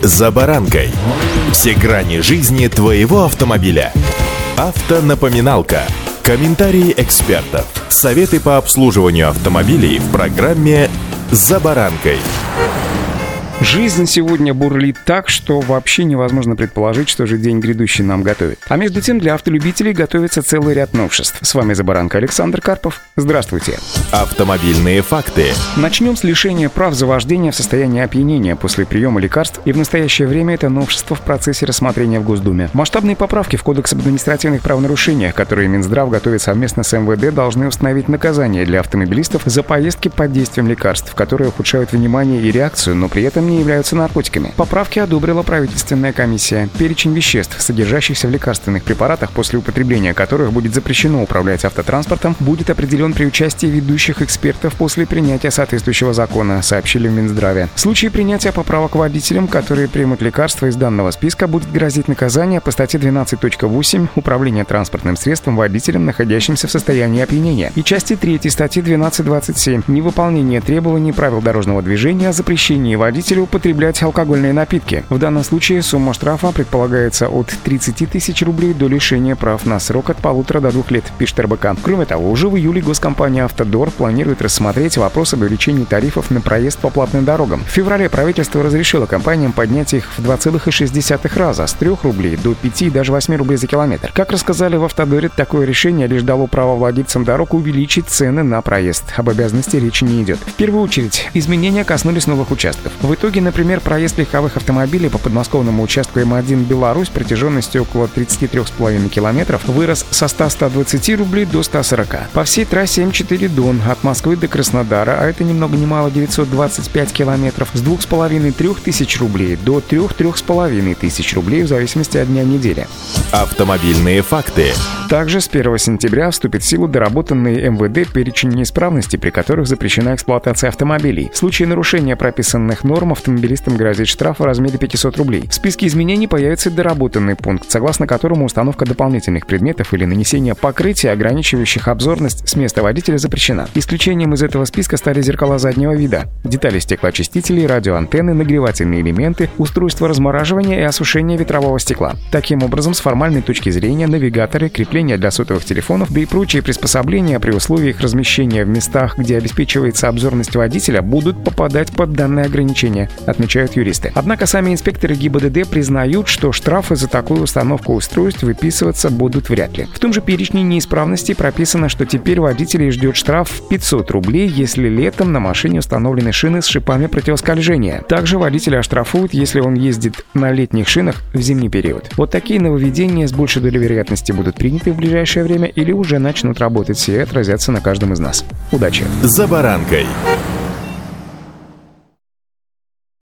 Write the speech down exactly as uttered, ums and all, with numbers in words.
«За баранкой». Все грани жизни твоего автомобиля. Автонапоминалка. Комментарии экспертов. Советы по обслуживанию автомобилей в программе «За баранкой». Жизнь сегодня бурлит так, что вообще невозможно предположить, что же день грядущий нам готовит. А между тем для автолюбителей готовится целый ряд новшеств. С вами «За баранкой» Александр Карпов. Здравствуйте. Автомобильные факты. Начнем с лишения прав за вождение в состоянии опьянения после приема лекарств, и в настоящее время это новшество в процессе рассмотрения в Госдуме. Масштабные поправки в Кодекс об административных правонарушениях, которые Минздрав готовит совместно с эм вэ дэ, должны установить наказание для автомобилистов за поездки под действием лекарств, которые ухудшают внимание и реакцию, но при этом не являются наркотиками. Поправки одобрила правительственная комиссия. Перечень веществ, содержащихся в лекарственных препаратах, после употребления которых будет запрещено управлять автотранспортом, будет определен при участии ведущих экспертов после принятия соответствующего закона, сообщили в Минздраве. В случае принятия поправок водителям, которые примут лекарства из данного списка, будет грозить наказание по статье двенадцать точка восемь «Управление транспортным средством водителем, находящимся в состоянии опьянения» и части третьей статьи двенадцать двадцать семь «Невыполнение требований правил дорожного движения о запрещении водителю употреблять алкогольные напитки». В данном случае сумма штрафа предполагается от тридцати тысяч рублей до лишения прав на срок от полутора до двух лет, пишет эр бэ ка. Кроме того, уже в июле госкомпания «Автодор» планирует рассмотреть вопрос об увеличении тарифов на проезд по платным дорогам. В феврале правительство разрешило компаниям поднять их в два целых шесть десятых раза, с трёх рублей до пяти и даже восьми рублей за километр. Как рассказали в «Автодоре», такое решение лишь дало право владельцам дорог увеличить цены на проезд. Об обязанности речи не идет. В первую очередь, изменения коснулись новых участков. В итоге, например, проезд легковых автомобилей по подмосковному участку эм один Беларусь протяженностью около тридцати трёх с половиной километров вырос со ста ста двадцати рублей до ста сорока. По всей трассе эм четыре Дон от Москвы до Краснодара, а это ни много ни мало девятьсот двадцать пять километров, с двух с половиной трёх тысяч рублей до трёх-трёх с половиной тысяч рублей в зависимости от дня недели. Автомобильные факты. Также с первого сентября вступит в силу доработанный эм вэ дэ перечень неисправностей, при которых запрещена эксплуатация автомобилей. В случае нарушения прописанных норм автомобилистам грозит штраф в размере пятисот рублей. В списке изменений появится доработанный пункт, согласно которому установка дополнительных предметов или нанесение покрытия, ограничивающих обзорность, с места водителя запрещена. Исключением из этого списка стали зеркала заднего вида, детали стеклоочистителей, радиоантенны, нагревательные элементы, устройства размораживания и осушения ветрового стекла. Таким образом, с формальной точки зрения, навигаторы, крепления для сотовых телефонов, да и прочие приспособления при условии их размещения в местах, где обеспечивается обзорность водителя, будут попадать под данное ограничение, отмечают юристы. Однако сами инспекторы гэ и бэ дэ дэ признают, что штрафы за такую установку устройств выписываться будут вряд ли. В том же перечне неисправностей прописано, что теперь водителей ждет штраф в пятьсот рублей, если летом на машине установлены шины с шипами противоскольжения. Также водителя оштрафуют, если он ездит на летних шинах в зимний период. Вот такие нововведения с большей долей вероятности будут приняты в ближайшее время или уже начнут работать и отразятся на каждом из нас. Удачи! «За баранкой».